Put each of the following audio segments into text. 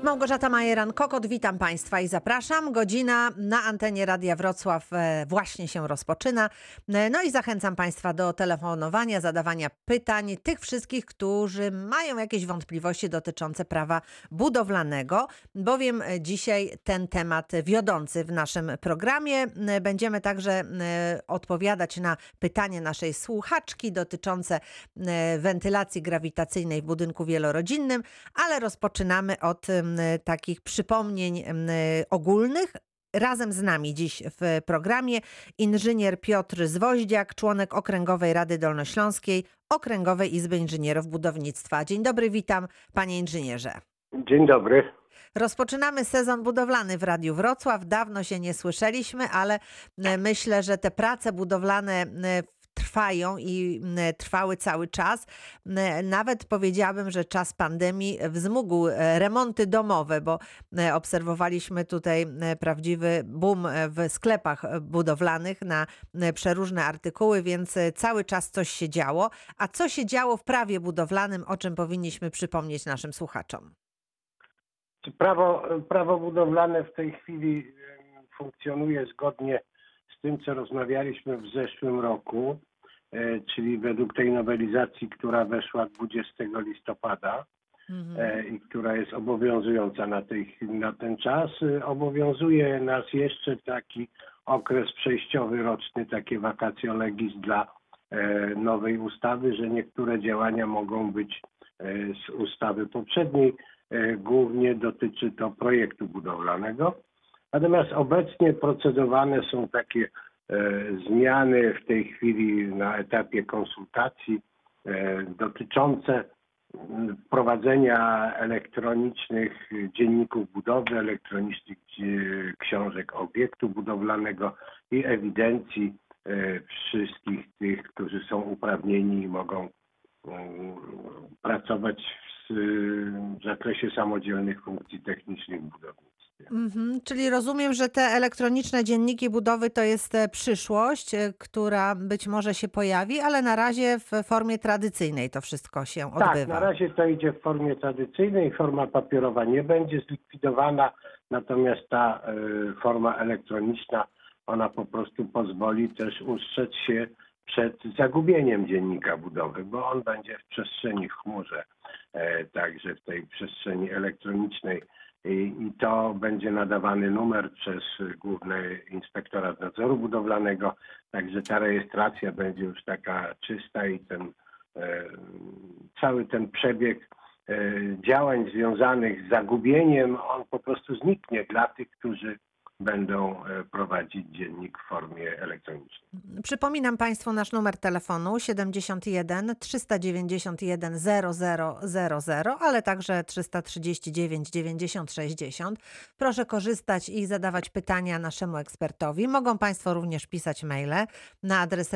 Małgorzata Majeran-Kokot, witam Państwa i zapraszam. Godzina na antenie Radia Wrocław właśnie się rozpoczyna. No i zachęcam Państwa do telefonowania, zadawania pytań tych wszystkich, którzy mają jakieś wątpliwości dotyczące prawa budowlanego, bowiem dzisiaj ten temat wiodący w naszym programie. Będziemy także odpowiadać na pytanie naszej słuchaczki dotyczące wentylacji grawitacyjnej w budynku wielorodzinnym, ale rozpoczynamy od takich przypomnień ogólnych. Razem z nami dziś w programie inżynier Piotr Zwoździak, członek Okręgowej Rady Dolnośląskiej, Okręgowej Izby Inżynierów Budownictwa. Dzień dobry, witam panie inżynierze. Dzień dobry. Rozpoczynamy sezon budowlany w Radiu Wrocław. Dawno się nie słyszeliśmy, ale myślę, że te prace budowlane trwają i trwały cały czas. Nawet powiedziałabym, że czas pandemii wzmógł remonty domowe, bo obserwowaliśmy tutaj prawdziwy boom w sklepach budowlanych na przeróżne artykuły, więc cały czas coś się działo. A co się działo w prawie budowlanym, o czym powinniśmy przypomnieć naszym słuchaczom? Prawo budowlane w tej chwili funkcjonuje zgodnie z tym, co rozmawialiśmy w zeszłym roku, czyli według tej nowelizacji, która weszła 20 listopada i która jest obowiązująca na ten czas. Obowiązuje nas jeszcze taki okres przejściowy roczny, takie vacatio legis dla nowej ustawy, że niektóre działania mogą być z ustawy poprzedniej. Głównie dotyczy to projektu budowlanego. Natomiast obecnie procedowane są takie zmiany w tej chwili na etapie konsultacji dotyczące wprowadzenia elektronicznych dzienników budowy, elektronicznych książek obiektu budowlanego i ewidencji wszystkich tych, którzy są uprawnieni i mogą pracować w zakresie samodzielnych funkcji technicznych w budownictwie. Czyli rozumiem, że te elektroniczne dzienniki budowy to jest przyszłość, która być może się pojawi, ale na razie w formie tradycyjnej to wszystko się odbywa. Tak, na razie to idzie w formie tradycyjnej, forma papierowa nie będzie zlikwidowana, natomiast ta forma elektroniczna, ona po prostu pozwoli też ustrzec się przed zagubieniem dziennika budowy, bo on będzie w przestrzeni w chmurze, także w tej przestrzeni elektronicznej i to będzie nadawany numer przez Główny Inspektorat Nadzoru Budowlanego, także ta rejestracja będzie już taka czysta i cały ten przebieg działań związanych z zagubieniem, on po prostu zniknie dla tych, którzy będą prowadzić dziennik w formie elektronicznej. Przypominam Państwu nasz numer telefonu 71 391 0000, ale także 339 90 60. Proszę korzystać i zadawać pytania naszemu ekspertowi. Mogą Państwo również pisać maile na adres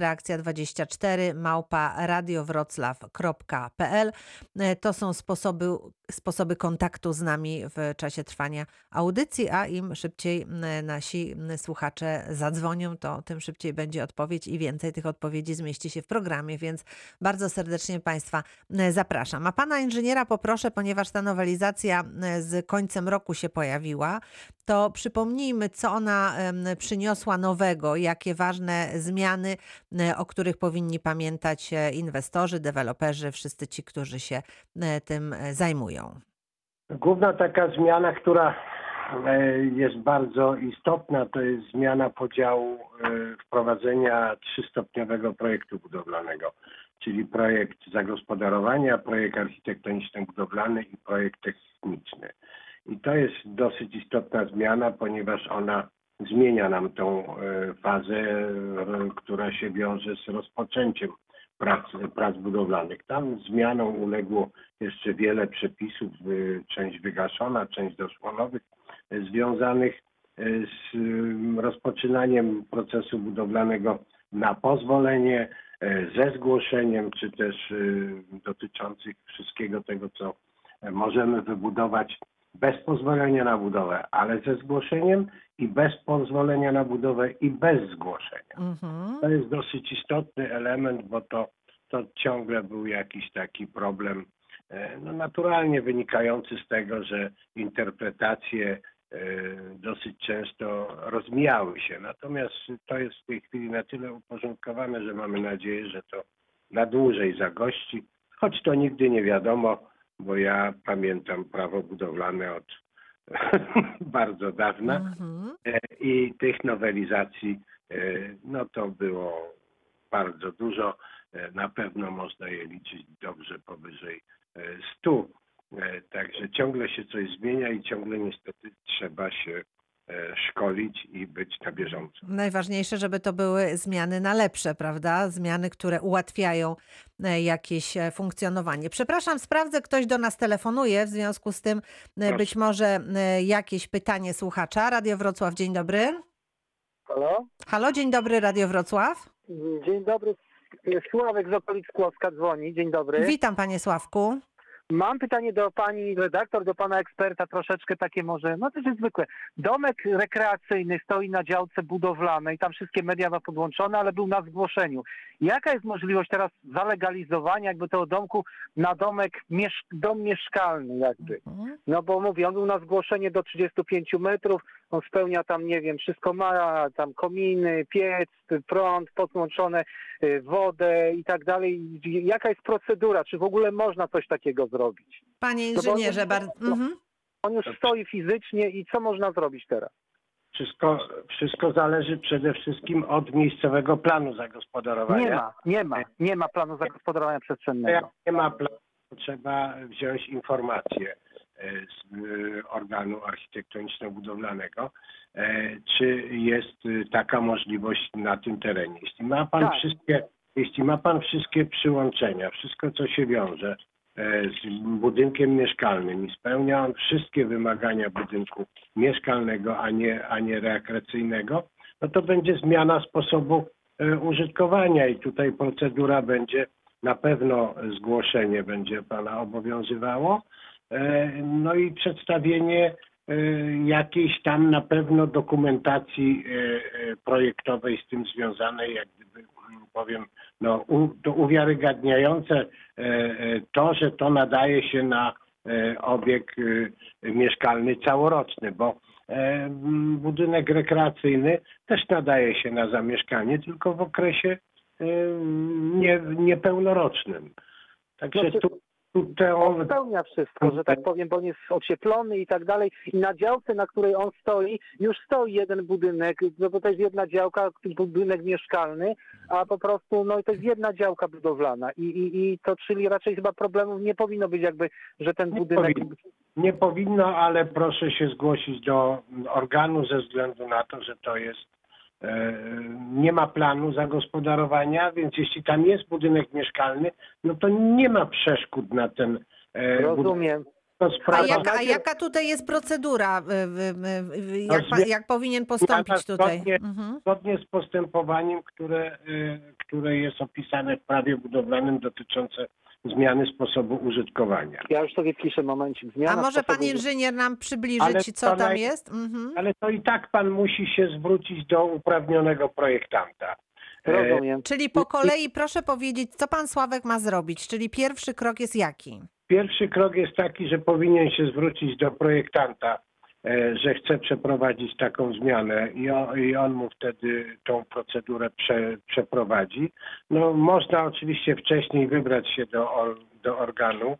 reakcja24@radiowroclaw.pl. To są sposoby kontaktu z nami w czasie trwania audycji, a im szybciej nasi słuchacze zadzwonią, to tym szybciej będzie odpowiedź i więcej tych odpowiedzi zmieści się w programie, więc bardzo serdecznie Państwa zapraszam. A pana inżyniera poproszę, ponieważ ta nowelizacja z końcem roku się pojawiła, to przypomnijmy, co ona przyniosła nowego, jakie ważne zmiany, o których powinni pamiętać inwestorzy, deweloperzy, wszyscy ci, którzy się tym zajmują. Główna taka zmiana, która jest bardzo istotna, to jest zmiana podziału wprowadzenia trzystopniowego projektu budowlanego, czyli projekt zagospodarowania, projekt architektoniczno-budowlany i projekt techniczny. I to jest dosyć istotna zmiana, ponieważ ona zmienia nam tą fazę, która się wiąże z rozpoczęciem prac budowlanych. Tam zmianom uległo jeszcze wiele przepisów, część wygaszona, część doszło nowych, związanych z rozpoczynaniem procesu budowlanego na pozwolenie, ze zgłoszeniem, czy też dotyczących wszystkiego tego, co możemy wybudować bez pozwolenia na budowę, ale ze zgłoszeniem i bez pozwolenia na budowę i bez zgłoszenia. To jest dosyć istotny element, bo to ciągle był jakiś taki problem no naturalnie wynikający z tego, że interpretacje dosyć często rozmijały się. Natomiast to jest w tej chwili na tyle uporządkowane, że mamy nadzieję, że to na dłużej zagości, choć to nigdy nie wiadomo, bo ja pamiętam prawo budowlane od bardzo dawna i tych nowelizacji no to było bardzo dużo. Na pewno można je liczyć dobrze powyżej 100. Także ciągle się coś zmienia i ciągle niestety trzeba się szkolić i być na bieżąco. Najważniejsze, żeby to były zmiany na lepsze, prawda? Zmiany, które ułatwiają jakieś funkcjonowanie. Przepraszam, sprawdzę, ktoś do nas telefonuje, w związku z tym być może jakieś pytanie słuchacza. Radio Wrocław, dzień dobry. Halo? Halo, dzień dobry, Radio Wrocław. Dzień dobry, Sławek z okolic Kłodzka dzwoni. Dzień dobry. Witam, panie Sławku. Mam pytanie do pani redaktor, do pana eksperta, troszeczkę takie może, no to jest zwykłe. Domek rekreacyjny stoi na działce budowlanej, tam wszystkie media ma podłączone, ale był na zgłoszeniu. Jaka jest możliwość teraz zalegalizowania jakby tego domku na dom mieszkalny jakby? No bo mówię, on był na zgłoszenie do 35 metrów, on spełnia tam, nie wiem, wszystko ma, tam kominy, piec, prąd, podłączone, wodę i tak dalej. Jaka jest procedura? Czy w ogóle można coś takiego zrobić? Panie inżynierze, On już stoi fizycznie i co można zrobić teraz? Wszystko zależy przede wszystkim od miejscowego planu zagospodarowania. Nie ma planu zagospodarowania przestrzennego. Jak nie ma planu, trzeba wziąć informację z organu architektoniczno-budowlanego, czy jest taka możliwość na tym terenie. Jeśli ma pan wszystkie przyłączenia, wszystko co się wiąże z budynkiem mieszkalnym i spełnia on wszystkie wymagania budynku mieszkalnego, a nie rekreacyjnego, no to będzie zmiana sposobu użytkowania i tutaj procedura będzie, na pewno zgłoszenie będzie pana obowiązywało, no i przedstawienie jakiejś tam na pewno dokumentacji projektowej z tym związanej, jak gdyby powiem, no to uwiarygadniające to, że to nadaje się na obiekt mieszkalny całoroczny, bo budynek rekreacyjny też nadaje się na zamieszkanie, tylko w okresie niepełnorocznym. Także on spełnia wszystko, że tak powiem, bo on jest ocieplony i tak dalej. I na działce, na której on stoi, już stoi jeden budynek, no bo to jest jedna działka, budynek mieszkalny, a po prostu no to jest jedna działka budowlana. I to czyli raczej chyba problemów nie powinno być jakby, że ten budynek... Nie powinno, ale proszę się zgłosić do organu ze względu na to, że to jest nie ma planu zagospodarowania, więc jeśli tam jest budynek mieszkalny, no to nie ma przeszkód na ten Rozumiem. budynek. A jaka tutaj jest procedura? Jak powinien postąpić tutaj? Zgodnie z postępowaniem, które jest opisane w prawie budowlanym dotyczące zmiany sposobu użytkowania. Ja już sobie piszę momencik. Zmiana A może pan inżynier nam przybliżyć, co tam jest? Ale to i tak pan musi się zwrócić do uprawnionego projektanta. Rozumiem. Czyli po kolei proszę powiedzieć, co pan Sławek ma zrobić? Czyli pierwszy krok jest jaki? Pierwszy krok jest taki, że powinien się zwrócić do projektanta, że chce przeprowadzić taką zmianę i on mu wtedy tą procedurę przeprowadzi. No, można oczywiście wcześniej wybrać się do organu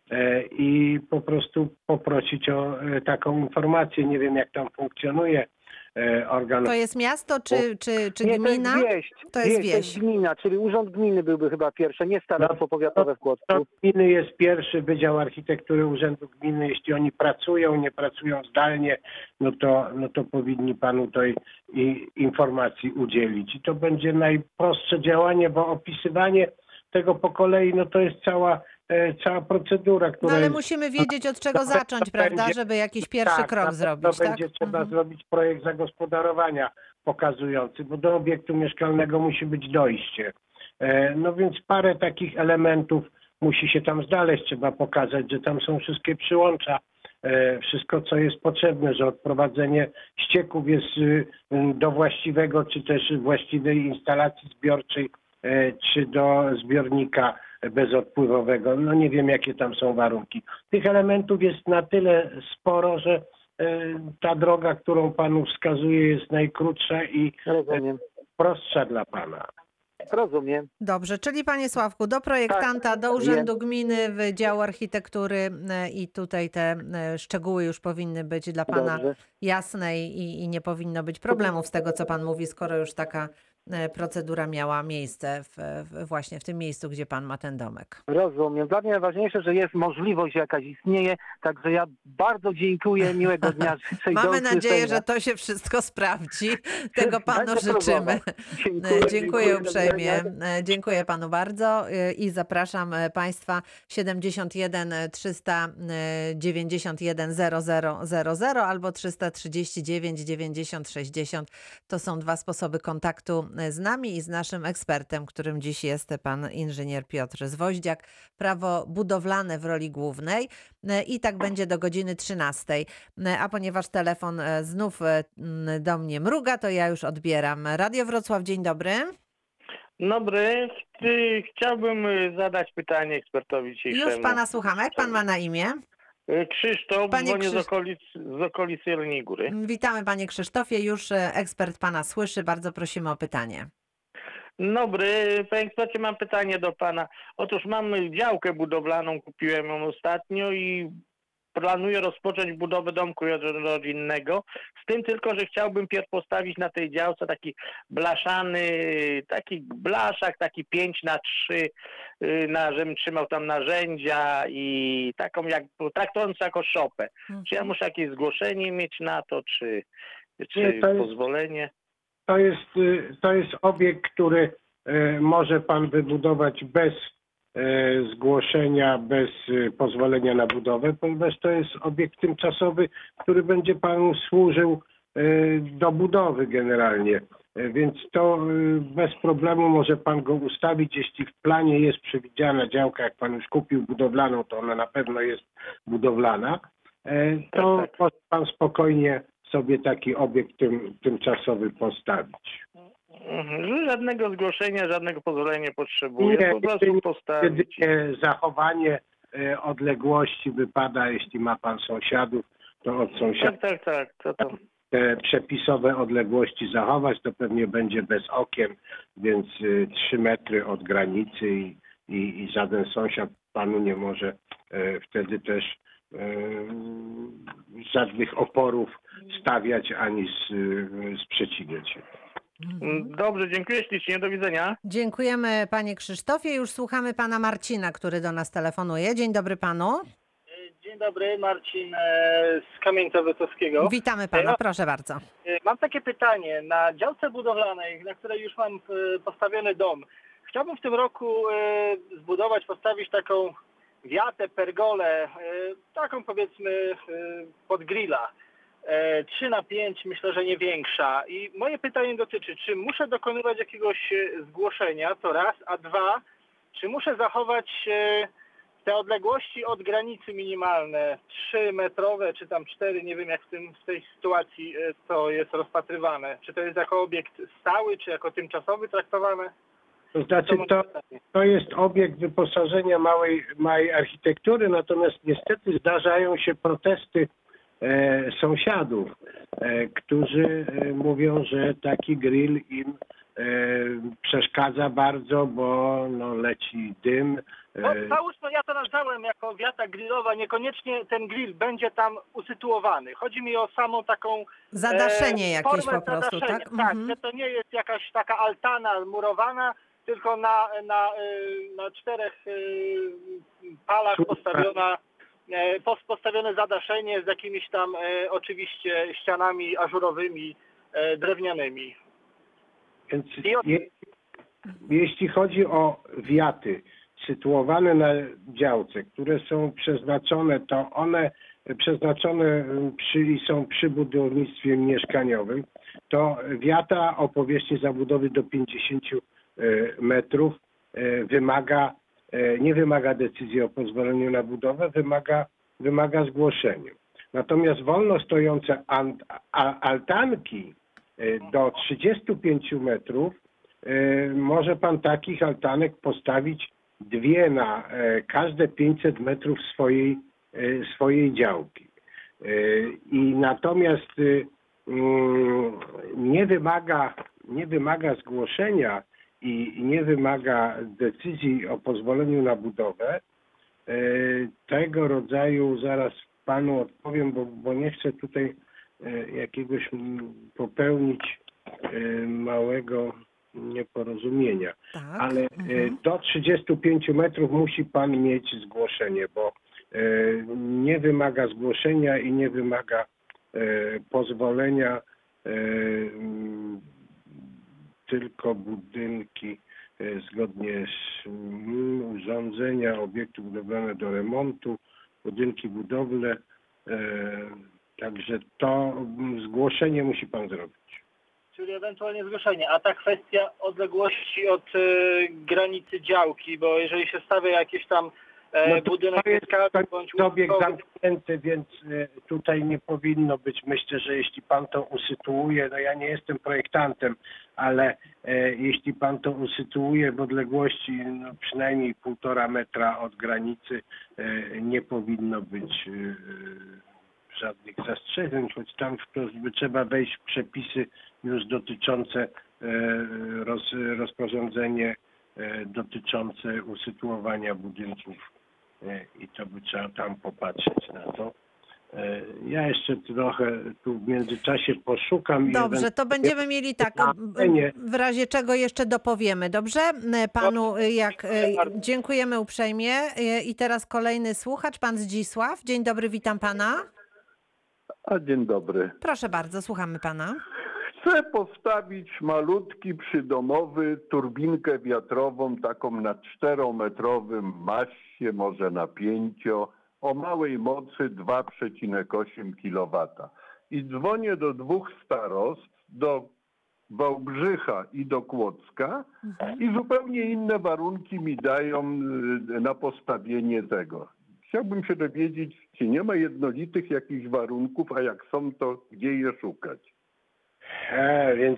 i po prostu poprosić o taką informację. Nie wiem, jak tam funkcjonuje organ. To jest miasto czy nie, gmina? To jest wieś. To jest gmina, czyli urząd gminy byłby chyba pierwsze, nie starostwo powiatowe w Kłodzku. Urząd gminy jest pierwszy, Wydział Architektury Urzędu Gminy. Jeśli oni nie pracują zdalnie, no to powinni panu tej informacji udzielić. I to będzie najprostsze działanie, bo opisywanie tego po kolei, no to jest cała procedura, która ale musimy wiedzieć, od czego zacząć, prawda, żeby jakiś pierwszy krok zrobić, tak? Będzie trzeba zrobić projekt zagospodarowania pokazujący, bo do obiektu mieszkalnego musi być dojście. No więc parę takich elementów musi się tam znaleźć. Trzeba pokazać, że tam są wszystkie przyłącza, wszystko, co jest potrzebne, że odprowadzenie ścieków jest do właściwego, czy też właściwej instalacji zbiorczej, czy do zbiornika bezodpływowego. No nie wiem, jakie tam są warunki. Tych elementów jest na tyle sporo, że ta droga, którą panu wskazuję, jest najkrótsza i Rozumiem. prostsza dla pana. Rozumiem. Dobrze, czyli panie Sławku, do projektanta, do Urzędu Gminy, Wydziału Architektury i tutaj te szczegóły już powinny być dla pana Dobrze. jasne i nie powinno być problemów z tego, co pan mówi, skoro już taka procedura miała miejsce właśnie w tym miejscu, gdzie pan ma ten domek. Rozumiem. Dla mnie najważniejsze, że jest możliwość jakaś istnieje, także ja bardzo dziękuję, miłego dnia życzę i do Mamy nadzieję, usłyszenia. że to się wszystko sprawdzi. Tego panu Będę życzymy. próbował. Dziękuję uprzejmie. Do widzenia. Dziękuję panu bardzo i zapraszam państwa 71 391 0000 albo 339 90 60. To są dwa sposoby kontaktu z nami i z naszym ekspertem, którym dziś jest pan inżynier Piotr Zwoździak. Prawo budowlane w roli głównej i tak będzie do godziny 13. A ponieważ telefon znów do mnie mruga, to ja już odbieram. Radio Wrocław, dzień dobry. Dobry. Chciałbym zadać pytanie ekspertowi dzisiejszemu. Już pana słuchamy. Jak pan ma na imię? Krzysztof, Panie dzwonię Krzysz- z okolicy Jeleniej Góry. Witamy panie Krzysztofie. Już ekspert pana słyszy. Bardzo prosimy o pytanie. Dobry, panie ekspercie, mam pytanie do pana. Otóż mam działkę budowlaną, kupiłem ją ostatnio i planuję rozpocząć budowę domku rodzinnego. Z tym tylko, że chciałbym pierw postawić na tej działce taki blaszany, taki blaszak, taki 5x3, żebym trzymał tam narzędzia i taką jak traktującą jako szopę. Czy ja muszę jakieś zgłoszenie mieć na to, czy Nie, to jest- pozwolenie? To jest obiekt, który może pan wybudować bez zgłoszenia, bez pozwolenia na budowę, ponieważ to jest obiekt tymczasowy, który będzie panu służył do budowy generalnie. Więc to bez problemu może pan go ustawić, jeśli w planie jest przewidziana działka, jak pan już kupił budowlaną, to ona na pewno jest budowlana, to Tak. może pan spokojnie sobie taki obiekt tymczasowy postawić. Że żadnego zgłoszenia, żadnego pozwolenia nie potrzebuję, Nie, po prostu jedynie postawić. zachowanie odległości wypada, jeśli ma pan sąsiadów, to od sąsiadów Tak. To. te przepisowe odległości zachować, to pewnie będzie bez okien, więc 3 metry od granicy i żaden sąsiad panu nie może wtedy też żadnych oporów stawiać ani sprzeciwiać się. Dobrze, dziękuję ślicznie, do widzenia. Dziękujemy panie Krzysztofie. Już słuchamy pana Marcina, który do nas telefonuje. Dzień dobry panu. Dzień dobry, Marcin z Kamieńca Wysockiego. Witamy pana, proszę bardzo. Mam takie pytanie. Na działce budowlanej, na której już mam postawiony dom, chciałbym w tym roku postawić taką wiatę, pergolę, taką powiedzmy pod grilla. 3x5, myślę, że nie większa. I moje pytanie dotyczy, czy muszę dokonywać jakiegoś zgłoszenia, to raz, a dwa, czy muszę zachować te odległości od granicy minimalne, 3-metrowe, czy tam 4, nie wiem jak w tej sytuacji to jest rozpatrywane. Czy to jest jako obiekt stały, czy jako tymczasowy traktowane? To znaczy to jest obiekt wyposażenia małej architektury, natomiast niestety zdarzają się protesty sąsiadów, którzy mówią, że taki grill im przeszkadza bardzo, bo leci dym. No, załóżmy, ja to nazwałem jako wiata grillowa, niekoniecznie ten grill będzie tam usytuowany. Chodzi mi o samą taką Zadaszenie jakieś formę po prostu, zadaszenia. tak? Tak, Mhm. że to nie jest jakaś taka altana murowana, tylko na 4 palach postawione zadaszenie z jakimiś tam oczywiście ścianami ażurowymi, drewnianymi. Więc jeśli chodzi o wiaty sytuowane na działce, które są przeznaczone, to one przeznaczone są przy budownictwie mieszkaniowym, to wiata o powierzchni zabudowy do 50 metrów nie wymaga decyzji o pozwoleniu na budowę, wymaga zgłoszenia. Natomiast wolno stojące altanki do 35 metrów może pan takich altanek postawić dwie na każde 500 metrów swojej działki. I natomiast nie wymaga zgłoszenia i nie wymaga decyzji o pozwoleniu na budowę. Tego rodzaju, zaraz panu odpowiem, bo nie chcę tutaj jakiegoś popełnić małego nieporozumienia. Tak. Ale do 35 metrów musi pan mieć zgłoszenie, bo nie wymaga zgłoszenia i nie wymaga pozwolenia, tylko budynki zgodnie z urządzenia, obiekty budowlane do remontu, budynki budowlane. Także to zgłoszenie musi pan zrobić. Czyli ewentualnie zgłoszenie. A ta kwestia odległości od granicy działki, bo jeżeli się stawia jakieś tam budynek mieszkalny bądź obiekt użytkowy, zamknięty, więc tutaj nie powinno być. Myślę, że jeśli pan to usytuuje, no ja nie jestem projektantem, ale jeśli pan to usytuuje w odległości przynajmniej 1,5 metra od granicy, nie powinno być żadnych zastrzeżeń, choć tam trzeba wejść w przepisy już dotyczące rozporządzenie dotyczące usytuowania budynków i to by trzeba tam popatrzeć na to. Ja jeszcze trochę tu w międzyczasie poszukam. Dobrze, to będziemy mieli tak, w razie czego jeszcze dopowiemy. Dobrze? Panu dziękujemy uprzejmie. I teraz kolejny słuchacz, pan Zdzisław. Dzień dobry, witam pana. Dzień dobry. Proszę bardzo, słuchamy pana. Chcę postawić malutki przydomowy turbinkę wiatrową, taką na 4-metrowym maście, może na 5, o małej mocy 2,8 kW. I dzwonię do 2 starostw, do Wałbrzycha i do Kłodzka i zupełnie inne warunki mi dają na postawienie tego. Chciałbym się dowiedzieć, czy nie ma jednolitych jakichś warunków, a jak są, to gdzie je szukać? Więc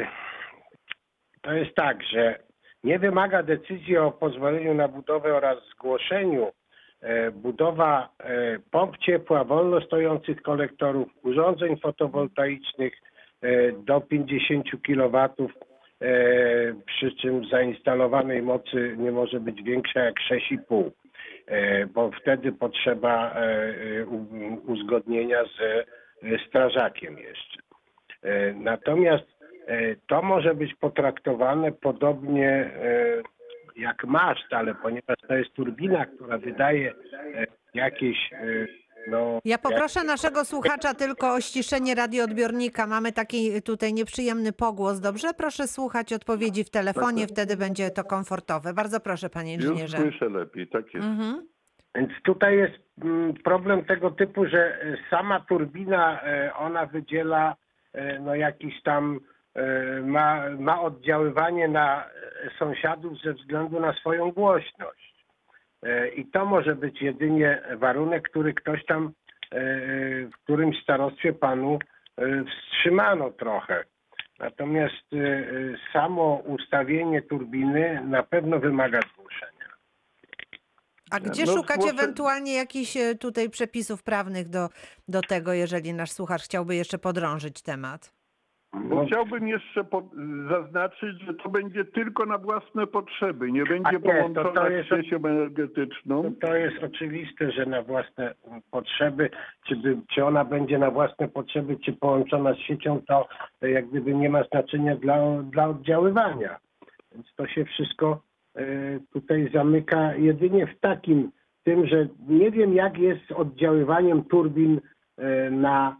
to jest tak, że nie wymaga decyzji o pozwoleniu na budowę oraz zgłoszeniu budowa pomp ciepła, wolno stojących kolektorów, urządzeń fotowoltaicznych do 50 kW, przy czym zainstalowanej mocy nie może być większa jak 6,5, bo wtedy potrzeba uzgodnienia ze strażakiem jeszcze. Natomiast to może być potraktowane podobnie jak maszt, ale ponieważ to jest turbina, która wydaje jakieś... Ja poproszę naszego słuchacza tylko o ściszenie radioodbiornika. Mamy taki tutaj nieprzyjemny pogłos. Dobrze? Proszę słuchać odpowiedzi w telefonie, wtedy będzie to komfortowe. Bardzo proszę, panie inżynierze. Już słyszę lepiej, tak jest. Więc tutaj jest problem tego typu, że sama turbina, ona wydziela jakiś tam, ma oddziaływanie na sąsiadów ze względu na swoją głośność. I to może być jedynie warunek, który ktoś tam w którymś starostwie panu wstrzymano trochę. Natomiast samo ustawienie turbiny na pewno wymaga zgłoszenia. A gdzie szukać ewentualnie jakichś tutaj przepisów prawnych do tego, jeżeli nasz słuchacz chciałby jeszcze podrążyć temat? Bo chciałbym jeszcze zaznaczyć, że to będzie tylko na własne potrzeby, nie będzie połączone z siecią energetyczną. To jest oczywiste, że na własne potrzeby, czy ona będzie na własne potrzeby, czy połączona z siecią, to jak gdyby nie ma znaczenia dla oddziaływania. Więc to się wszystko tutaj zamyka jedynie w tym, że nie wiem jak jest z oddziaływaniem turbin na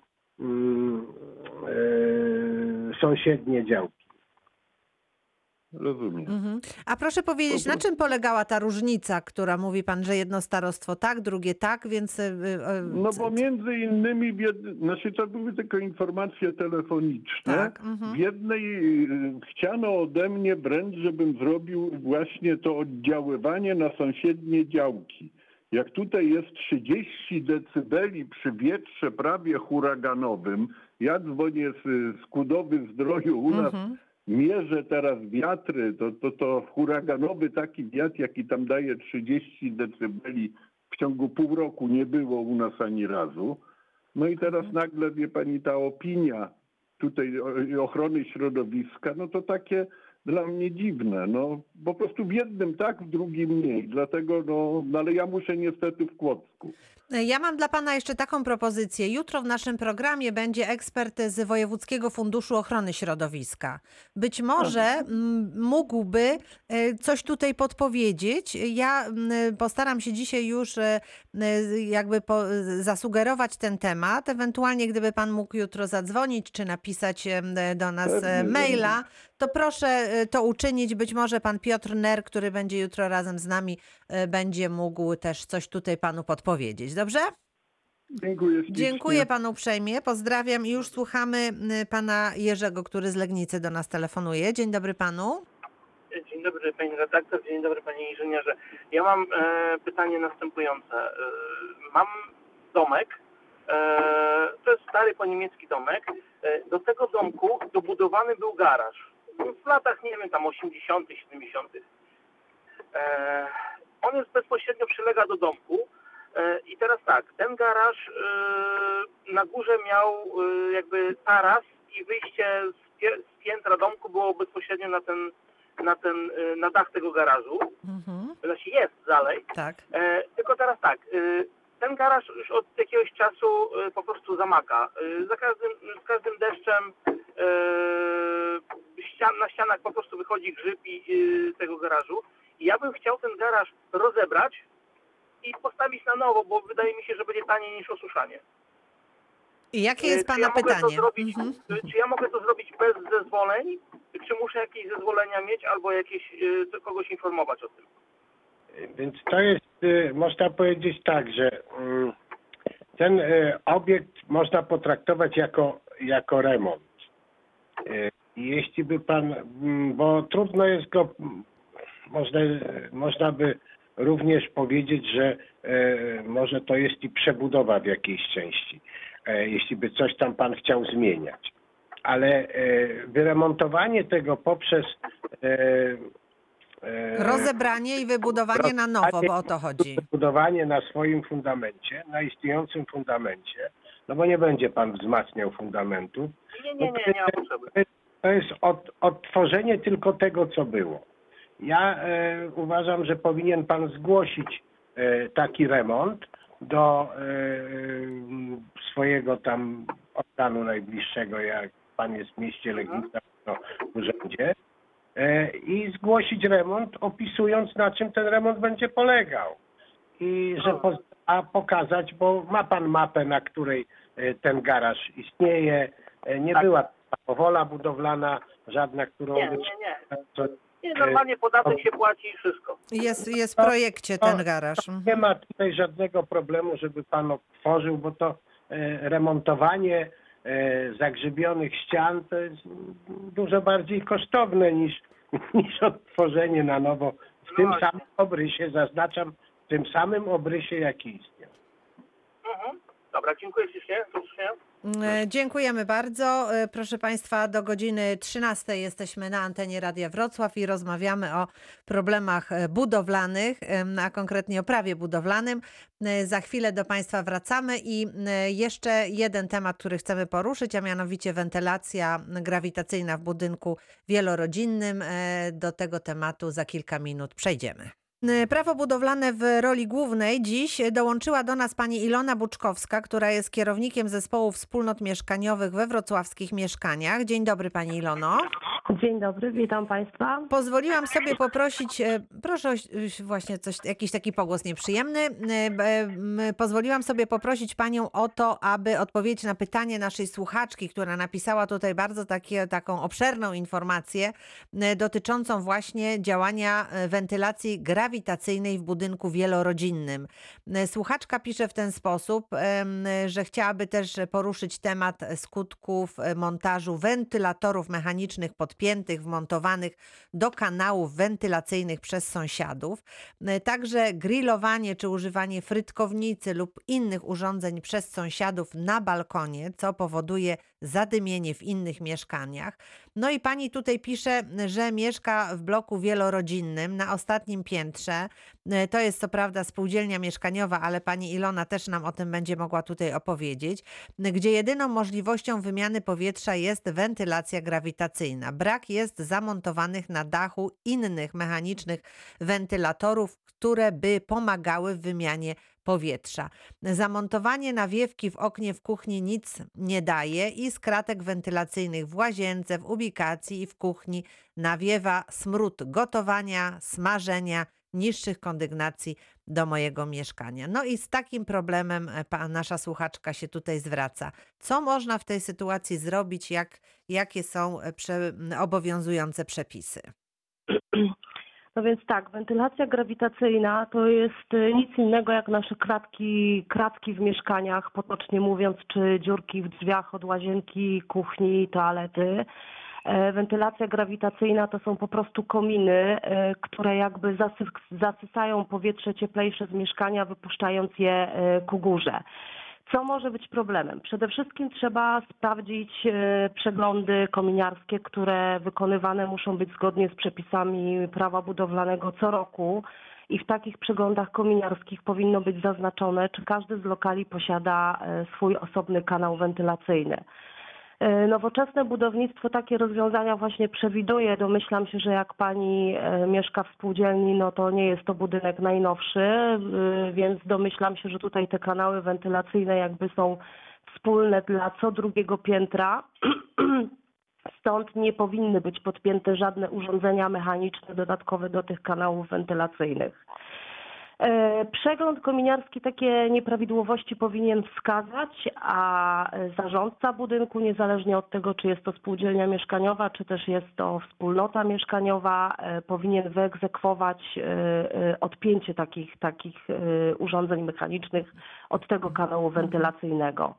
sąsiednie działki. Rozumiem. A proszę powiedzieć, na czym polegała ta różnica, która mówi pan, że jedno starostwo tak, drugie tak, więc... No bo między innymi, to były tylko informacje telefoniczne. Tak, w jednej chciano ode mnie wręcz, żebym zrobił właśnie to oddziaływanie na sąsiednie działki. Jak tutaj jest 30 decybeli przy wietrze prawie huraganowym, ja dzwonię z Kudowy Zdroju, u nas mierzę teraz wiatry, to huraganowy taki wiatr, jaki tam daje 30 decybeli, w ciągu pół roku nie było u nas ani razu. No i teraz nagle, wie pani, ta opinia tutaj ochrony środowiska, no to takie dla mnie dziwne. No po prostu w jednym tak, w drugim nie. Dlatego, no ale ja muszę niestety w Kłodzku. Ja mam dla pana jeszcze taką propozycję. Jutro w naszym programie będzie ekspert z Wojewódzkiego Funduszu Ochrony Środowiska. Być może mógłby coś tutaj podpowiedzieć. Ja postaram się dzisiaj już jakby zasugerować ten temat. Ewentualnie gdyby pan mógł jutro zadzwonić czy napisać do nas maila, to proszę to uczynić. Być może pan Piotr Ner, który będzie jutro razem z nami, będzie mógł też coś tutaj panu podpowiedzieć. Dobrze? Dziękuję ślicznie. Dziękuję panu uprzejmie. Pozdrawiam i już słuchamy pana Jerzego, który z Legnicy do nas telefonuje. Dzień dobry panu. Dzień dobry pani redaktor, dzień dobry panie inżynierze. Ja mam pytanie następujące. Mam domek, to jest stary poniemiecki domek. Do tego domku dobudowany był garaż. W latach, nie wiem, tam 80., 70. On jest bezpośrednio przylega do domku. I teraz tak, ten garaż na górze miał jakby taras i wyjście z piętra domku było bezpośrednio na dach tego garażu. Znaczy jest dalej. Tak. Tylko teraz tak, ten garaż już od jakiegoś czasu po prostu zamaka. Z każdym deszczem na ścianach po prostu wychodzi grzyb tego garażu. I ja bym chciał ten garaż rozebrać i postawić na nowo, bo wydaje mi się, że będzie taniej niż osuszanie. I jakie jest pana pytanie? Czy ja mogę to zrobić bez zezwoleń? Czy muszę jakieś zezwolenia mieć albo kogoś informować o tym? Więc to jest, można powiedzieć tak, że ten obiekt można potraktować jako remont. Jeśli by pan, bo trudno jest go, można by również powiedzieć, że może to jest i przebudowa w jakiejś części, jeśli by coś tam pan chciał zmieniać. Ale wyremontowanie tego poprzez rozebranie i wybudowanie na nowo, bo o to chodzi. Wybudowanie na swoim fundamencie, na istniejącym fundamencie, no bo nie będzie pan wzmacniał fundamentu. Nie ma potrzeby. To jest odtworzenie tylko tego, co było. Ja uważam, że powinien pan zgłosić taki remont do swojego tam organu najbliższego, jak pan jest w mieście Legnica, w urzędzie, i zgłosić remont, opisując, na czym ten remont będzie polegał. I pokazać, bo ma pan mapę, na której ten garaż istnieje. Nie była wola budowlana żadna, którą... Nie, normalnie podatek się płaci i wszystko. Jest w projekcie ten garaż. Nie ma tutaj żadnego problemu, żeby pan otworzył, bo to remontowanie zagrzybionych ścian to jest dużo bardziej kosztowne niż odtworzenie na nowo w tym samym obrysie, zaznaczam, w tym samym obrysie, jaki istniał. Dobra, dziękuję ślicznie. Dziękujemy bardzo. Proszę Państwa, do godziny 13 jesteśmy na antenie Radia Wrocław i rozmawiamy o problemach budowlanych, a konkretnie o prawie budowlanym. Za chwilę do Państwa wracamy i jeszcze jeden temat, który chcemy poruszyć, a mianowicie wentylacja grawitacyjna w budynku wielorodzinnym. Do tego tematu za kilka minut przejdziemy. Prawo budowlane w roli głównej dziś dołączyła do nas pani Ilona Buczkowska, która jest kierownikiem zespołu wspólnot mieszkaniowych we wrocławskich mieszkaniach. Dzień dobry pani Ilono. Dzień dobry, witam Państwa. Pozwoliłam sobie poprosić, proszę właśnie jakiś taki pogłos nieprzyjemny, pozwoliłam sobie poprosić panią o to, aby odpowiedzieć na pytanie naszej słuchaczki, która napisała tutaj bardzo taką obszerną informację dotyczącą właśnie działania wentylacji grawitacyjnej w budynku wielorodzinnym. Słuchaczka pisze w ten sposób, że chciałaby też poruszyć temat skutków montażu wentylatorów mechanicznych pod podpiętych, wmontowanych do kanałów wentylacyjnych przez sąsiadów. Także grillowanie czy używanie frytkownicy lub innych urządzeń przez sąsiadów na balkonie, co powoduje zadymienie w innych mieszkaniach. No i pani tutaj pisze, że mieszka w bloku wielorodzinnym na ostatnim piętrze. To jest co prawda spółdzielnia mieszkaniowa, ale pani Ilona też nam o tym będzie mogła tutaj opowiedzieć, gdzie jedyną możliwością wymiany powietrza jest wentylacja grawitacyjna. Brak jest zamontowanych na dachu innych mechanicznych wentylatorów, które by pomagały w wymianie powietrza. Zamontowanie nawiewki w oknie w kuchni nic nie daje i z kratek wentylacyjnych w łazience, w ubikacji i w kuchni nawiewa smród gotowania, smażenia, niższych kondygnacji do mojego mieszkania. No i z takim problemem nasza słuchaczka się tutaj zwraca. Co można w tej sytuacji zrobić? Jakie są obowiązujące przepisy? No więc tak, wentylacja grawitacyjna to jest nic innego jak nasze kratki w mieszkaniach, potocznie mówiąc, czy dziurki w drzwiach od łazienki, kuchni, toalety. Wentylacja grawitacyjna to są po prostu kominy, które jakby zasysają powietrze cieplejsze z mieszkania, wypuszczając je ku górze. Co może być problemem? Przede wszystkim trzeba sprawdzić przeglądy kominiarskie, które wykonywane muszą być zgodnie z przepisami prawa budowlanego co roku i w takich przeglądach kominiarskich powinno być zaznaczone, czy każdy z lokali posiada swój osobny kanał wentylacyjny. Nowoczesne budownictwo takie rozwiązania właśnie przewiduje. Domyślam się, że jak pani mieszka w spółdzielni, no to nie jest to budynek najnowszy, więc domyślam się, że tutaj te kanały wentylacyjne jakby są wspólne dla co drugiego piętra. Stąd nie powinny być podpięte żadne urządzenia mechaniczne dodatkowe do tych kanałów wentylacyjnych. Przegląd kominiarski takie nieprawidłowości powinien wskazać, a zarządca budynku, niezależnie od tego, czy jest to spółdzielnia mieszkaniowa, czy też jest to wspólnota mieszkaniowa, powinien wyegzekwować odpięcie takich urządzeń mechanicznych od tego kanału wentylacyjnego.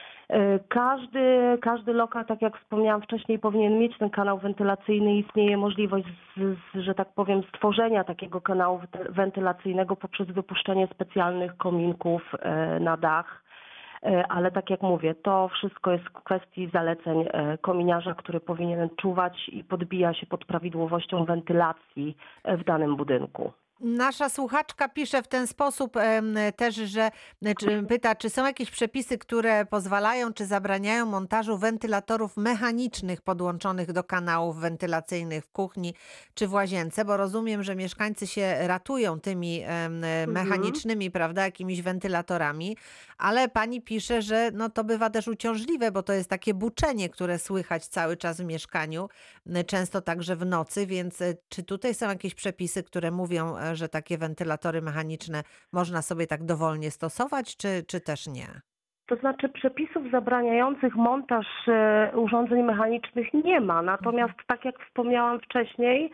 Każdy lokal, tak jak wspomniałam wcześniej, powinien mieć ten kanał wentylacyjny. Istnieje możliwość, że tak powiem, stworzenia takiego kanału wentylacyjnego poprzez wypuszczenie specjalnych kominków na dach. Ale tak jak mówię, to wszystko jest w kwestii zaleceń kominiarza, który powinien czuwać i podbija się pod prawidłowością wentylacji w danym budynku. Nasza słuchaczka pisze w ten sposób też, że pyta, czy są jakieś przepisy, które pozwalają czy zabraniają montażu wentylatorów mechanicznych podłączonych do kanałów wentylacyjnych w kuchni czy w łazience, bo rozumiem, że mieszkańcy się ratują tymi mechanicznymi, prawda, jakimiś wentylatorami, ale pani pisze, że no to bywa też uciążliwe, bo to jest takie buczenie, które słychać cały czas w mieszkaniu, często także w nocy, więc czy tutaj są jakieś przepisy, które mówią, że takie wentylatory mechaniczne można sobie tak dowolnie stosować, czy też nie? To znaczy przepisów zabraniających montaż urządzeń mechanicznych nie ma. Natomiast tak jak wspomniałam wcześniej,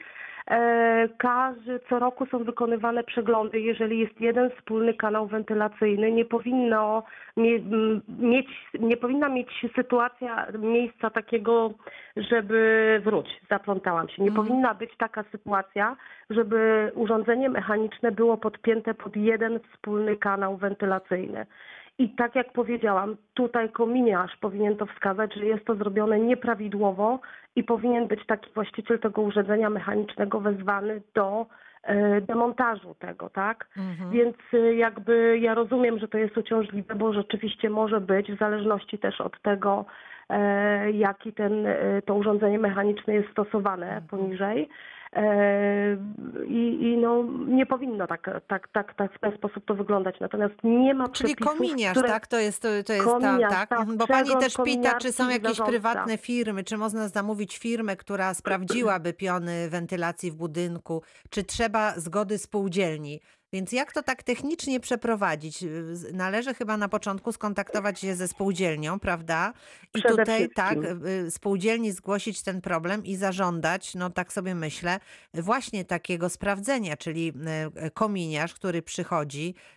co roku są wykonywane przeglądy. Jeżeli jest jeden wspólny kanał wentylacyjny, nie powinna mieć sytuacja miejsca takiego, żeby zaplątałam się. Nie powinna być taka sytuacja, żeby urządzenie mechaniczne było podpięte pod jeden wspólny kanał wentylacyjny. I tak jak powiedziałam, tutaj kominiarz powinien to wskazać, że jest to zrobione nieprawidłowo i powinien być taki właściciel tego urządzenia mechanicznego wezwany do demontażu tego, tak? Więc jakby ja rozumiem, że to jest uciążliwe, bo rzeczywiście może być, w zależności też od tego, jaki to urządzenie mechaniczne jest stosowane poniżej. I no, nie powinno w ten sposób to wyglądać. Natomiast nie ma Czyli przepisów, kominiarz, które... tak? To jest kominiarz, tak? Bo pani też pyta, czy są jakieś prywatne firmy, czy można zamówić firmę, która sprawdziłaby piony wentylacji w budynku, czy trzeba zgody spółdzielni. Więc jak to tak technicznie przeprowadzić? Należy chyba na początku skontaktować się ze spółdzielnią, prawda? I tutaj tak, spółdzielni zgłosić ten problem i zażądać, no tak sobie myślę, właśnie takiego sprawdzenia, czyli kominiarz, który przychodzi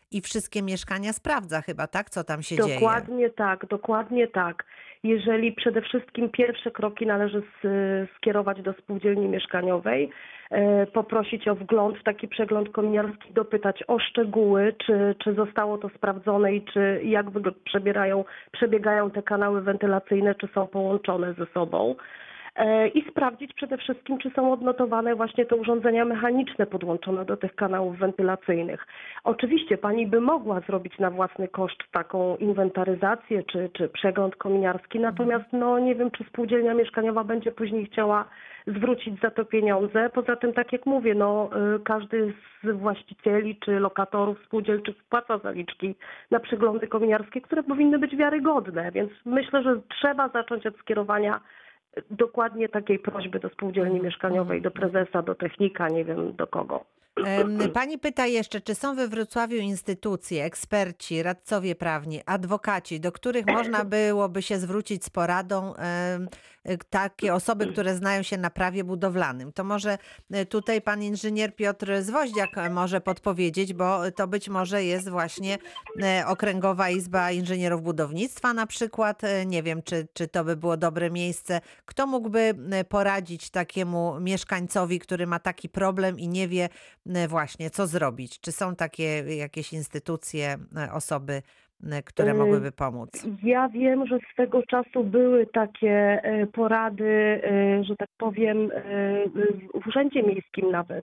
i wszystkie mieszkania sprawdza chyba, tak? Co tam się dzieje. Dokładnie tak, dokładnie tak. Jeżeli przede wszystkim pierwsze kroki należy skierować do spółdzielni mieszkaniowej, poprosić o wgląd w taki przegląd kominiarski, dopytać o szczegóły, czy zostało to sprawdzone i czy jak przebiegają te kanały wentylacyjne, czy są połączone ze sobą. I sprawdzić przede wszystkim, czy są odnotowane właśnie te urządzenia mechaniczne podłączone do tych kanałów wentylacyjnych. Oczywiście pani by mogła zrobić na własny koszt taką inwentaryzację czy przegląd kominiarski, natomiast no nie wiem, czy spółdzielnia mieszkaniowa będzie później chciała zwrócić za to pieniądze. Poza tym, tak jak mówię, no każdy z właścicieli czy lokatorów spółdzielczych wpłaca zaliczki na przeglądy kominiarskie, które powinny być wiarygodne, więc myślę, że trzeba zacząć od skierowania dokładnie takiej prośby do spółdzielni mieszkaniowej, do prezesa, do technika, nie wiem do kogo. Pani pyta jeszcze, czy są we Wrocławiu instytucje, eksperci, radcowie prawni, adwokaci, do których można byłoby się zwrócić z poradą, takie osoby, które znają się na prawie budowlanym. To może tutaj pan inżynier Piotr Zwoździak może podpowiedzieć, bo to być może jest właśnie Okręgowa Izba Inżynierów Budownictwa na przykład. Nie wiem, czy to by było dobre miejsce. Kto mógłby poradzić takiemu mieszkańcowi, który ma taki problem i nie wie właśnie, co zrobić? Czy są takie jakieś instytucje, osoby, które mogłyby pomóc? Ja wiem, że swego czasu były takie porady, że tak powiem, w Urzędzie Miejskim nawet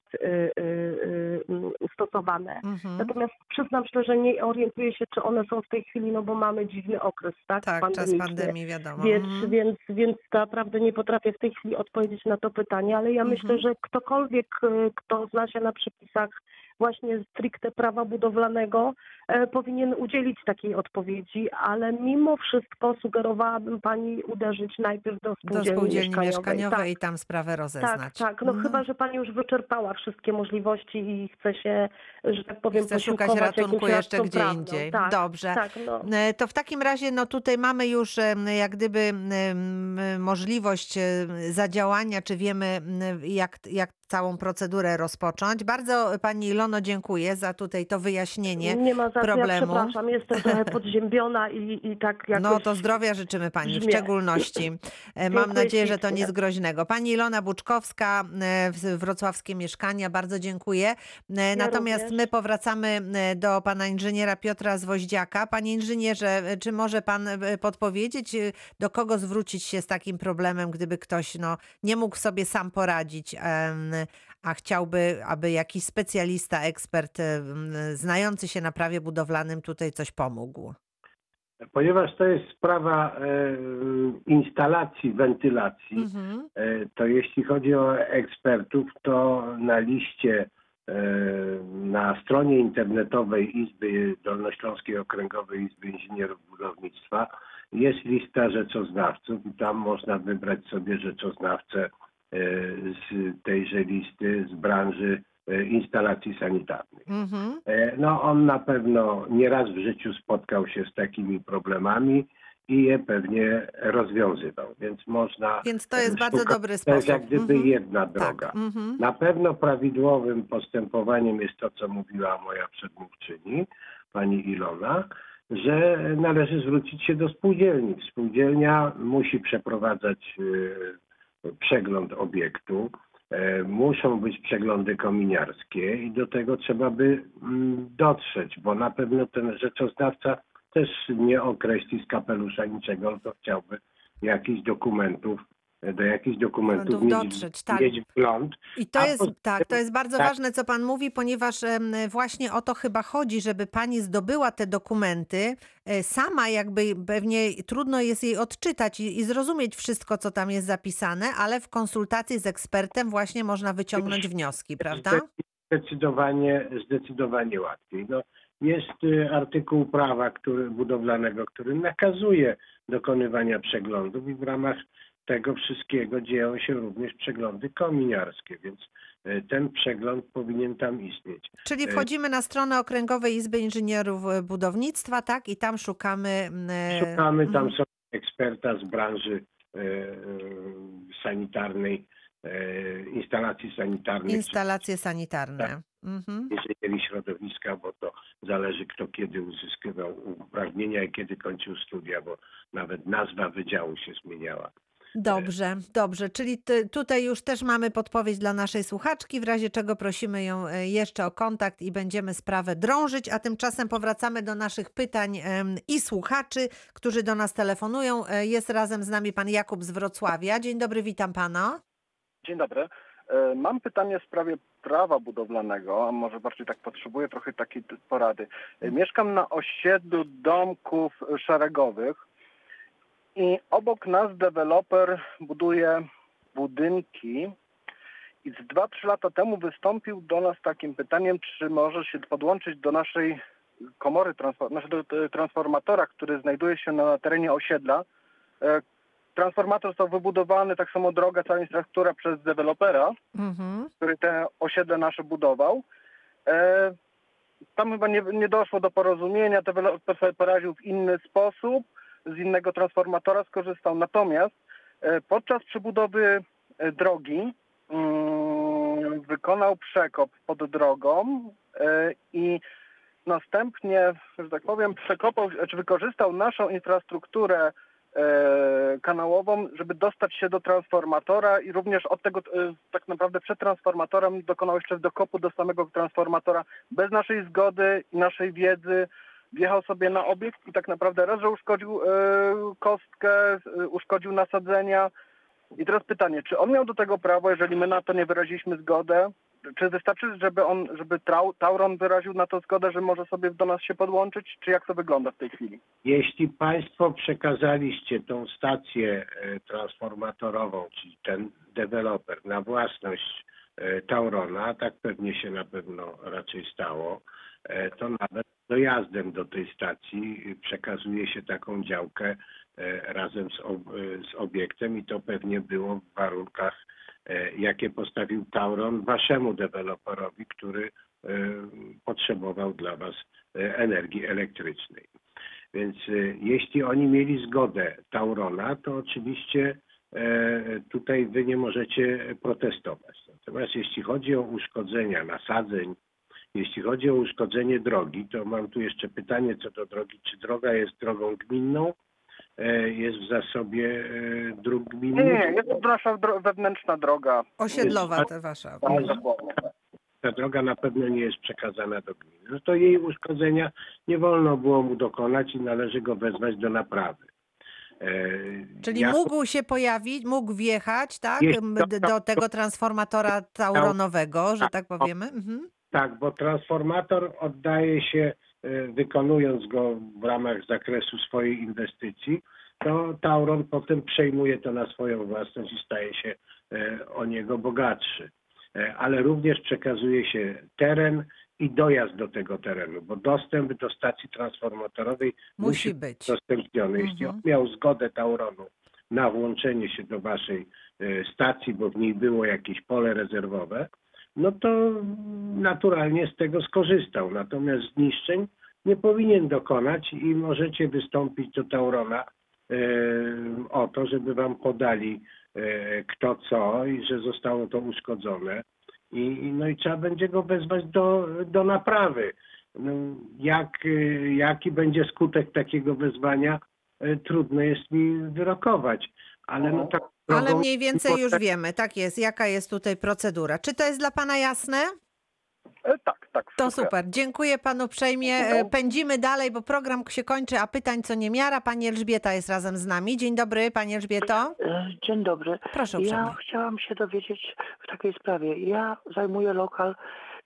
stosowane. Natomiast przyznam szczerze, nie orientuję się, czy one są w tej chwili, no bo mamy dziwny okres, tak? Tak, czas pandemii, wiadomo. Więc naprawdę nie potrafię w tej chwili odpowiedzieć na to pytanie, ale ja myślę, że ktokolwiek, kto zna się na przepisach właśnie stricte prawa budowlanego, powinien udzielić takiej odpowiedzi, ale mimo wszystko sugerowałabym pani uderzyć najpierw do spółdzielni mieszkaniowej i tam sprawę rozeznać. Tak. No chyba, że pani już wyczerpała wszystkie możliwości i chce się, że tak powiem, chce szukać ratunku jeszcze gdzie indziej. Tak, dobrze. Tak, no. To w takim razie no tutaj mamy już jak gdyby możliwość zadziałania, czy wiemy jak całą procedurę rozpocząć. Bardzo pani Ilono dziękuję za tutaj to wyjaśnienie Nie ma za co, problemu. Ja przepraszam, jestem trochę podziębiona i tak jakoś... No to zdrowia życzymy pani w szczególności. Mam nadzieję, że to nic groźnego. Pani Ilona Buczkowska, Wrocławskie Mieszkania, bardzo dziękuję. Natomiast my powracamy do pana inżyniera Piotra Zwoździaka. Panie inżynierze, czy może pan podpowiedzieć, do kogo zwrócić się z takim problemem, gdyby ktoś nie mógł sobie sam poradzić, a chciałby, aby jakiś specjalista, ekspert znający się na prawie budowlanym tutaj coś pomógł? Ponieważ to jest sprawa instalacji, wentylacji, to jeśli chodzi o ekspertów, to na liście na stronie internetowej Izby Dolnośląskiej Okręgowej Izby Inżynierów Budownictwa jest lista rzeczoznawców i tam można wybrać sobie rzeczoznawcę z tejże listy, z branży instalacji sanitarnych. No on na pewno nieraz w życiu spotkał się z takimi problemami i je pewnie rozwiązywał, więc można... Więc to jest bardzo dobry sposób. To jest jak gdyby jedna droga. Tak. Na pewno prawidłowym postępowaniem jest to, co mówiła moja przedmówczyni, pani Ilona, że należy zwrócić się do spółdzielni. Spółdzielnia musi przeprowadzać przegląd obiektu, muszą być przeglądy kominiarskie i do tego trzeba by dotrzeć, bo na pewno ten rzeczoznawca też nie określi z kapelusza niczego, to chciałby jakichś dokumentów, do jakichś dokumentów mieć wgląd. I to jest bardzo ważne, co pan mówi, ponieważ właśnie o to chyba chodzi, żeby pani zdobyła te dokumenty. Sama jakby pewnie trudno jest jej odczytać i zrozumieć wszystko, co tam jest zapisane, ale w konsultacji z ekspertem właśnie można wyciągnąć wnioski, prawda? Zdecydowanie łatwiej. No, jest artykuł prawa budowlanego, który nakazuje dokonywania przeglądów i w ramach tego wszystkiego dzieją się również przeglądy kominiarskie, więc ten przegląd powinien tam istnieć. Czyli wchodzimy na stronę Okręgowej Izby Inżynierów Budownictwa, tak? I tam szukamy... Tam są eksperta z branży sanitarnej, instalacji sanitarnych. Instalacje sanitarne. Tak. Mhm. inżynierii środowiska, bo to zależy, kto kiedy uzyskiwał uprawnienia i kiedy kończył studia, bo nawet nazwa wydziału się zmieniała. Dobrze, dobrze. Czyli tutaj już też mamy podpowiedź dla naszej słuchaczki, w razie czego prosimy ją jeszcze o kontakt i będziemy sprawę drążyć, a tymczasem powracamy do naszych pytań i słuchaczy, którzy do nas telefonują. Jest razem z nami pan Jakub z Wrocławia. Dzień dobry, witam pana. Dzień dobry. Mam pytanie w sprawie prawa budowlanego, a może bardziej tak potrzebuję trochę takiej porady. Mieszkam na osiedlu domków szeregowych i obok nas deweloper buduje budynki i z 2-3 lata temu wystąpił do nas z takim pytaniem, czy może się podłączyć do naszej komory, do transformatora, który znajduje się na terenie osiedla. Transformator został wybudowany, tak samo droga, cała infrastruktura przez dewelopera, który te osiedle nasze budował. Tam chyba nie doszło do porozumienia, deweloper sobie poradził w inny sposób, z innego transformatora skorzystał. Natomiast podczas przebudowy drogi wykonał przekop pod drogą i następnie, że tak powiem, wykorzystał naszą infrastrukturę kanałową, żeby dostać się do transformatora i również od tego tak naprawdę przed transformatorem dokonał jeszcze dokopu do samego transformatora bez naszej zgody i naszej wiedzy. Wjechał sobie na obiekt i tak naprawdę raz, że uszkodził kostkę, uszkodził nasadzenia. I teraz pytanie, czy on miał do tego prawo, jeżeli my na to nie wyraziliśmy zgodę? Czy wystarczy, żeby Tauron wyraził na to zgodę, że może sobie do nas się podłączyć? Czy jak to wygląda w tej chwili? Jeśli Państwo przekazaliście tą stację transformatorową, czyli ten deweloper na własność Taurona, tak pewnie się na pewno raczej stało, to nawet dojazdem do tej stacji przekazuje się taką działkę razem z obiektem i to pewnie było w warunkach, jakie postawił Tauron waszemu deweloperowi, który potrzebował dla was energii elektrycznej. Więc jeśli oni mieli zgodę Taurona, to oczywiście tutaj wy nie możecie protestować. Natomiast jeśli chodzi o uszkodzenia nasadzeń, jeśli chodzi o uszkodzenie drogi, to mam tu jeszcze pytanie co do drogi. Czy droga jest drogą gminną? Jest w zasobie dróg gminnych? Nie, jest to nasza wewnętrzna droga. Osiedlowa ta wasza. Ta droga na pewno nie jest przekazana do gminy. No to jej uszkodzenia nie wolno było mu dokonać i należy go wezwać do naprawy. Czyli mógł się pojawić, mógł wjechać, tak? Do tego transformatora tauronowego, że tak powiemy? Tak, bo transformator oddaje się, wykonując go w ramach zakresu swojej inwestycji, to Tauron potem przejmuje to na swoją własność i staje się o niego bogatszy. Ale również przekazuje się teren i dojazd do tego terenu, bo dostęp do stacji transformatorowej musi być udostępniony. Jeśli on miał zgodę Tauronu na włączenie się do waszej stacji, bo w niej było jakieś pole rezerwowe, no to naturalnie z tego skorzystał. Natomiast zniszczeń nie powinien dokonać i możecie wystąpić do Taurona o to, żeby wam podali kto co i że zostało to uszkodzone. No i trzeba będzie go wezwać do naprawy. No, jaki będzie skutek takiego wezwania, trudno jest mi wyrokować. Ale no tak. Ale mniej więcej już wiemy, tak jest, jaka jest tutaj procedura. Czy to jest dla pana jasne? Tak. To super. Dziękuję panu uprzejmie. Pędzimy dalej, bo program się kończy, a pytań co niemiara. Pani Elżbieta jest razem z nami. Dzień dobry, pani Elżbieto. Dzień dobry. Proszę uprzejmie. Ja chciałam się dowiedzieć w takiej sprawie. Ja zajmuję lokal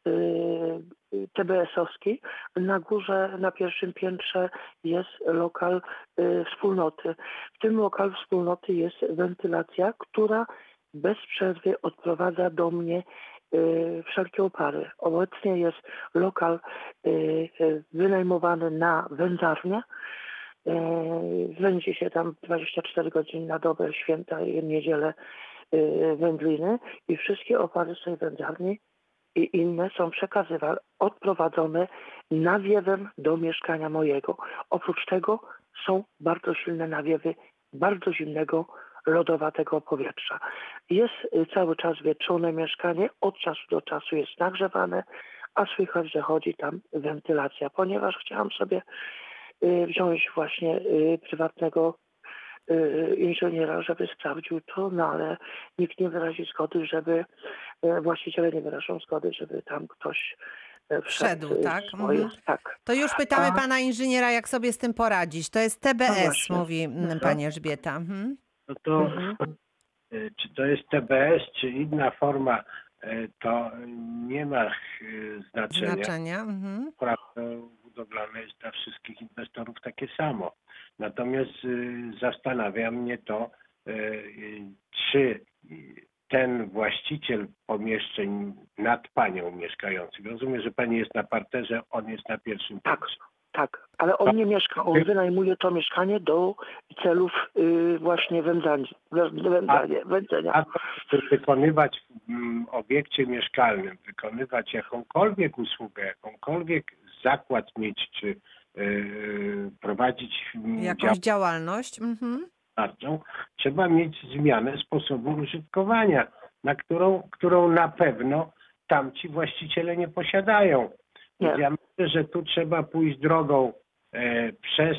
TBS-owski. Na górze, na pierwszym piętrze jest lokal wspólnoty. W tym lokalu wspólnoty jest wentylacja, która bez przerwy odprowadza do mnie wszelkie opary. Obecnie jest lokal wynajmowany na wędzarnię. Wędzi się tam 24 godziny na dobę, święta i niedzielę wędliny i wszystkie opary z tej wędzarni i inne są odprowadzone nawiewem do mieszkania mojego. Oprócz tego są bardzo silne nawiewy bardzo zimnego, lodowatego powietrza. Jest cały czas wietrzone mieszkanie, od czasu do czasu jest nagrzewane, a słychać, że chodzi tam wentylacja, ponieważ chciałam sobie wziąć właśnie prywatnego inżyniera, żeby sprawdził to, no ale nikt nie wyrazi zgody, żeby właściciele nie wyrażą zgody, żeby tam ktoś Wszedł, tak? Tak. To już pytamy pana inżyniera, jak sobie z tym poradzić. To jest TBS, właśnie. mówi pani Elżbieta. Mhm. No to czy to jest TBS, czy inna forma, to nie ma znaczenia. Prawo budowlane jest dla wszystkich inwestorów takie samo. Natomiast zastanawia mnie to, czy ten właściciel pomieszczeń nad panią mieszkającym, rozumiem, że pani jest na parterze, on jest na pierwszym piętrze. Tak, ale on nie mieszka, on wynajmuje to mieszkanie do celów właśnie wędzenia. A wykonywać w obiekcie mieszkalnym, wykonywać jakąkolwiek usługę, jakąkolwiek zakład mieć, czy prowadzić jakąś działalność, trzeba mieć zmianę sposobu użytkowania, na którą na pewno tamci właściciele nie posiadają. Nie. Ja myślę, że tu trzeba pójść drogą przez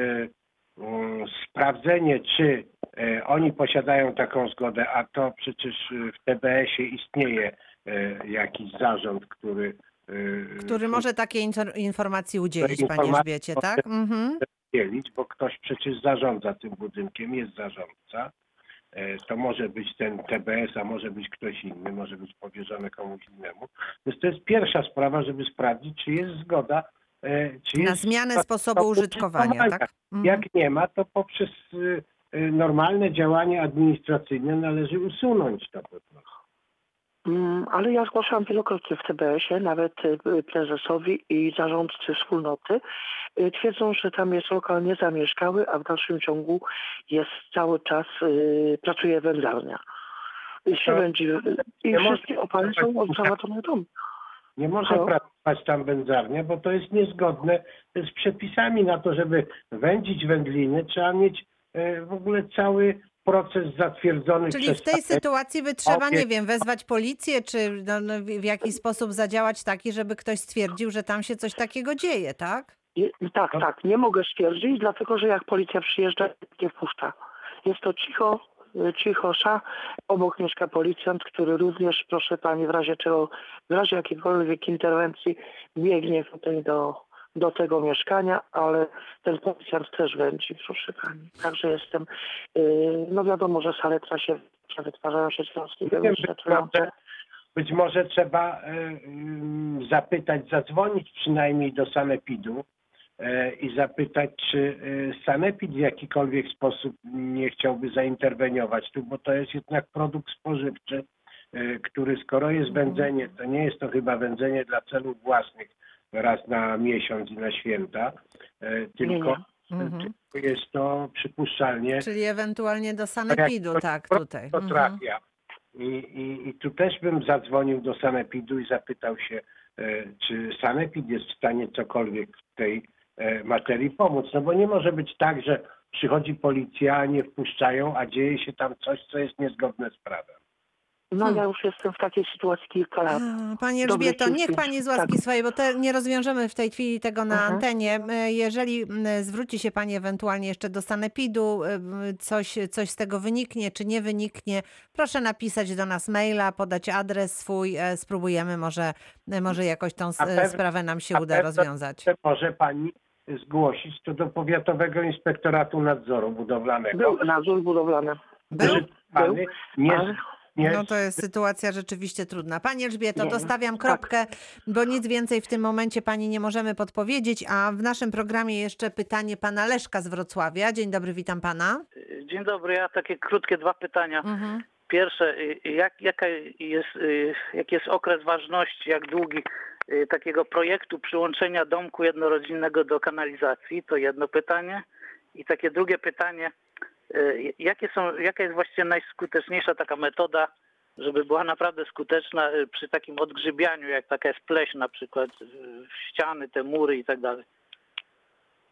sprawdzenie, czy oni posiadają taką zgodę, a to przecież w TBS-ie istnieje jakiś zarząd, który może takiej informacji udzielić pani Elżbiecie, tak? Dzielić, bo ktoś przecież zarządza tym budynkiem, jest zarządca. To może być ten TBS, a może być ktoś inny, może być powierzony komuś innemu. Więc to jest pierwsza sprawa, żeby sprawdzić, czy jest zgoda, czy na jest zmianę sposobu użytkowania, tak? Jak nie ma, to poprzez normalne działania administracyjne należy usunąć to po prostu. Ale ja zgłaszałam wielokrotnie w TBS-ie, nawet prezesowi i zarządcy wspólnoty. Twierdzą, że tam jest lokal niezamieszkały, a w dalszym ciągu jest cały czas, pracuje wędzarnia. I wszystkie opary są odprowadzone do domu. Nie może pracować tam wędzarnia, bo to jest niezgodne z przepisami. Na to, żeby wędzić wędliny, trzeba mieć w ogóle cały proces zatwierdzony. Czyli w tej sytuacji by trzeba, nie wiem, wezwać policję, czy w jakiś sposób zadziałać taki, żeby ktoś stwierdził, że tam się coś takiego dzieje, tak? Tak. Nie mogę stwierdzić, dlatego że jak policja przyjeżdża, nie wpuszcza. Jest to cichosza. Obok mieszka policjant, który również, proszę pani, w razie jakiejkolwiek interwencji biegnie tutaj do tego mieszkania, ale ten policjant też wędzi, proszę pani. Także jestem, no wiadomo, że saletra wytwarzają się związki wystarczające. Być może trzeba zapytać, zadzwonić przynajmniej do sanepidu i zapytać, czy sanepid w jakikolwiek sposób nie chciałby zainterweniować tu, bo to jest jednak produkt spożywczy, który skoro jest wędzenie, to nie jest to chyba wędzenie dla celów własnych raz na miesiąc i na święta, tylko jest to przypuszczalnie... Czyli ewentualnie do sanepidu, tak, tutaj. To trafia. I tu też bym zadzwonił do sanepidu i zapytał się, czy sanepid jest w stanie cokolwiek w tej materii pomóc. No bo nie może być tak, że przychodzi policja, a nie wpuszczają, a dzieje się tam coś, co jest niezgodne z prawem. No ja już jestem w takiej sytuacji kilka lat. Pani Elżbieto, niech pani z łaski swojej, bo nie rozwiążemy w tej chwili tego na antenie. Jeżeli zwróci się pani ewentualnie jeszcze do sanepidu, coś z tego wyniknie, czy nie wyniknie, proszę napisać do nas maila, podać adres swój, spróbujemy, może jakoś tą sprawę nam się uda rozwiązać. Może pani zgłosić to do Powiatowego Inspektoratu Nadzoru Budowlanego. Był nadzór budowlany. Był? Nie. No to jest sytuacja rzeczywiście trudna. Pani Elżbieto, dostawiam kropkę, bo nic więcej w tym momencie pani nie możemy podpowiedzieć, a w naszym programie jeszcze pytanie pana Leszka z Wrocławia. Dzień dobry, witam pana. Dzień dobry, ja takie krótkie dwa pytania. Pierwsze, jaki jest okres ważności, jak długi takiego projektu przyłączenia domku jednorodzinnego do kanalizacji? To jedno pytanie. I takie drugie pytanie, jaka jest właściwie najskuteczniejsza taka metoda, żeby była naprawdę skuteczna przy takim odgrzybianiu, jak taka jest pleśń na przykład, ściany, te mury i tak dalej?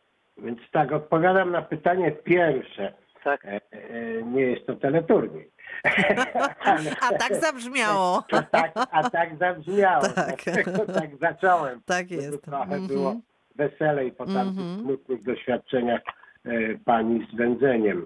Więc tak, odpowiadam na pytanie pierwsze. Tak. Nie jest to teleturniej. A tak zabrzmiało. A tak zabrzmiało. Tak. Dlatego tak zacząłem. Tak Żeby jest. trochę było weselej po tamtych smutnych doświadczeniach pani z wędzeniem.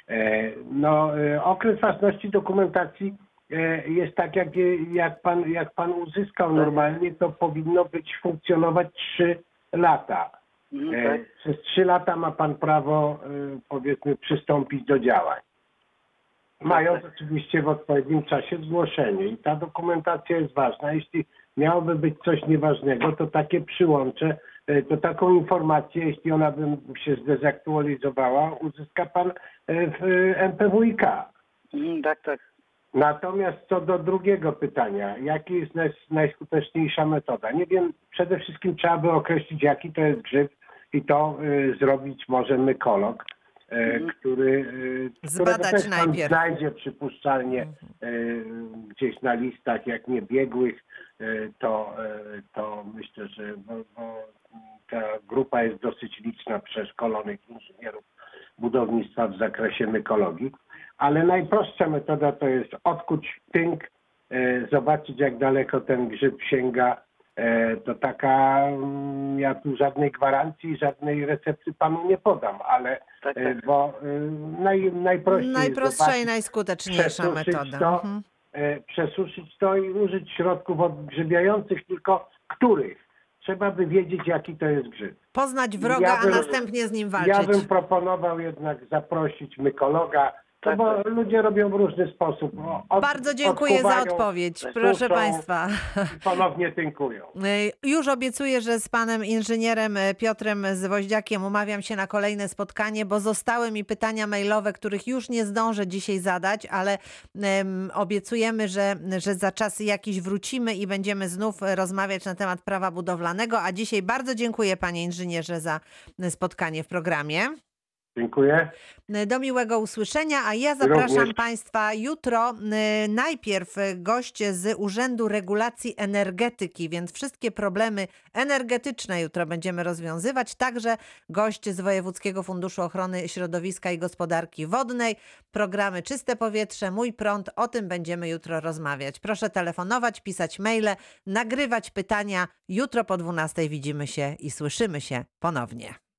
Okres ważności dokumentacji jest tak, jak pan uzyskał normalnie, to powinno funkcjonować 3 lata. Tak. Przez 3 lata ma pan prawo, powiedzmy, przystąpić do działań. Mając oczywiście w odpowiednim czasie zgłoszenie. I ta dokumentacja jest ważna. Jeśli miałoby być coś nieważnego, to takie przyłącze, to taką informację, jeśli ona by się zdezaktualizowała, uzyska pan w MPWiK. Tak. Natomiast co do drugiego pytania, jaka jest najskuteczniejsza metoda? Nie wiem, przede wszystkim trzeba by określić, jaki to jest grzyb i to zrobić może mykolog, który Zbadać też pan najpierw. znajdzie przypuszczalnie gdzieś na listach, jak nie biegłych, to myślę, że bo ta grupa jest dosyć liczna przeszkolonych inżynierów budownictwa w zakresie mykologii. Ale najprostsza metoda to jest odkuć tynk, zobaczyć jak daleko ten grzyb sięga. To taka, ja tu żadnej gwarancji, żadnej recepty panu nie podam, ale bo Najprostsza i najskuteczniejsza metoda. Przesuszyć to i użyć środków odgrzybiających, tylko których? Trzeba by wiedzieć, jaki to jest grzyb. Poznać wroga, a następnie z nim walczyć. Ja bym proponował jednak zaprosić mykologa, bo ludzie robią w różny sposób. Bardzo dziękuję za odpowiedź. Proszę Państwa. I ponownie tynkują. Już obiecuję, że z panem inżynierem Piotrem Woździakiem umawiam się na kolejne spotkanie, bo zostały mi pytania mailowe, których już nie zdążę dzisiaj zadać, ale obiecujemy, że za czas jakiś wrócimy i będziemy znów rozmawiać na temat prawa budowlanego. A dzisiaj bardzo dziękuję, panie inżynierze, za spotkanie w programie. Dziękuję. Do miłego usłyszenia, a ja zapraszam Również Państwa jutro. Najpierw gość z Urzędu Regulacji Energetyki, więc wszystkie problemy energetyczne jutro będziemy rozwiązywać. Także gość z Wojewódzkiego Funduszu Ochrony Środowiska i Gospodarki Wodnej. Programy Czyste Powietrze, Mój Prąd. O tym będziemy jutro rozmawiać. Proszę telefonować, pisać maile, nagrywać pytania. Jutro po 12:00 widzimy się i słyszymy się ponownie.